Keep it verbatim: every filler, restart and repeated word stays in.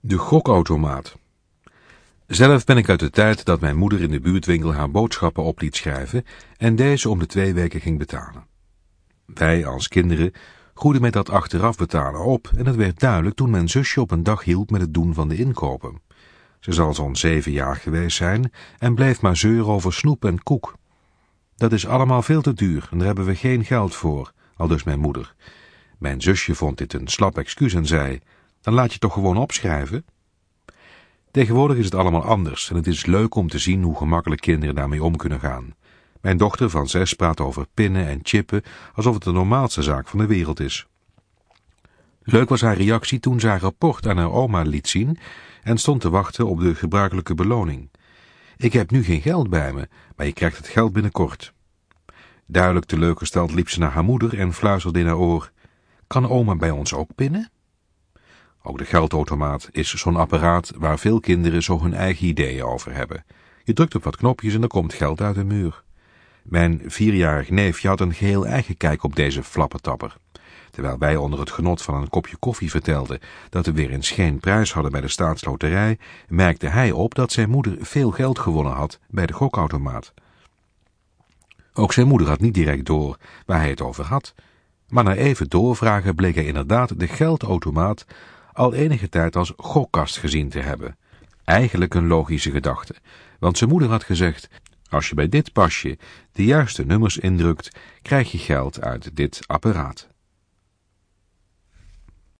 De gokautomaat. Zelf ben ik uit de tijd dat mijn moeder in de buurtwinkel haar boodschappen op liet schrijven en deze om de twee weken ging betalen. Wij als kinderen groeiden met dat achteraf betalen op en het werd duidelijk toen mijn zusje op een dag hielp met het doen van de inkopen. Ze zal zo'n zeven jaar geweest zijn en bleef maar zeuren over snoep en koek. Dat is allemaal veel te duur en daar hebben we geen geld voor, aldus mijn moeder. Mijn zusje vond dit een slap excuus en zei: dan laat je toch gewoon opschrijven? Tegenwoordig is het allemaal anders en het is leuk om te zien hoe gemakkelijk kinderen daarmee om kunnen gaan. Mijn dochter van zes praat over pinnen en chippen alsof het de normaalste zaak van de wereld is. Leuk was haar reactie toen ze haar rapport aan haar oma liet zien en stond te wachten op de gebruikelijke beloning. Ik heb nu geen geld bij me, maar je krijgt het geld binnenkort. Duidelijk teleurgesteld liep ze naar haar moeder en fluisterde in haar oor: kan oma bij ons ook pinnen? Ook de geldautomaat is zo'n apparaat waar veel kinderen zo hun eigen ideeën over hebben. Je drukt op wat knopjes en er komt geld uit de muur. Mijn vierjarig neefje had een geheel eigen kijk op deze flappetapper. Terwijl wij onder het genot van een kopje koffie vertelden dat we weer eens geen prijs hadden bij de staatsloterij, merkte hij op dat zijn moeder veel geld gewonnen had bij de gokautomaat. Ook zijn moeder had niet direct door waar hij het over had, maar na even doorvragen bleek hij inderdaad de geldautomaat al enige tijd als gokkast gezien te hebben. Eigenlijk een logische gedachte, want zijn moeder had gezegd: als je bij dit pasje de juiste nummers indrukt, krijg je geld uit dit apparaat.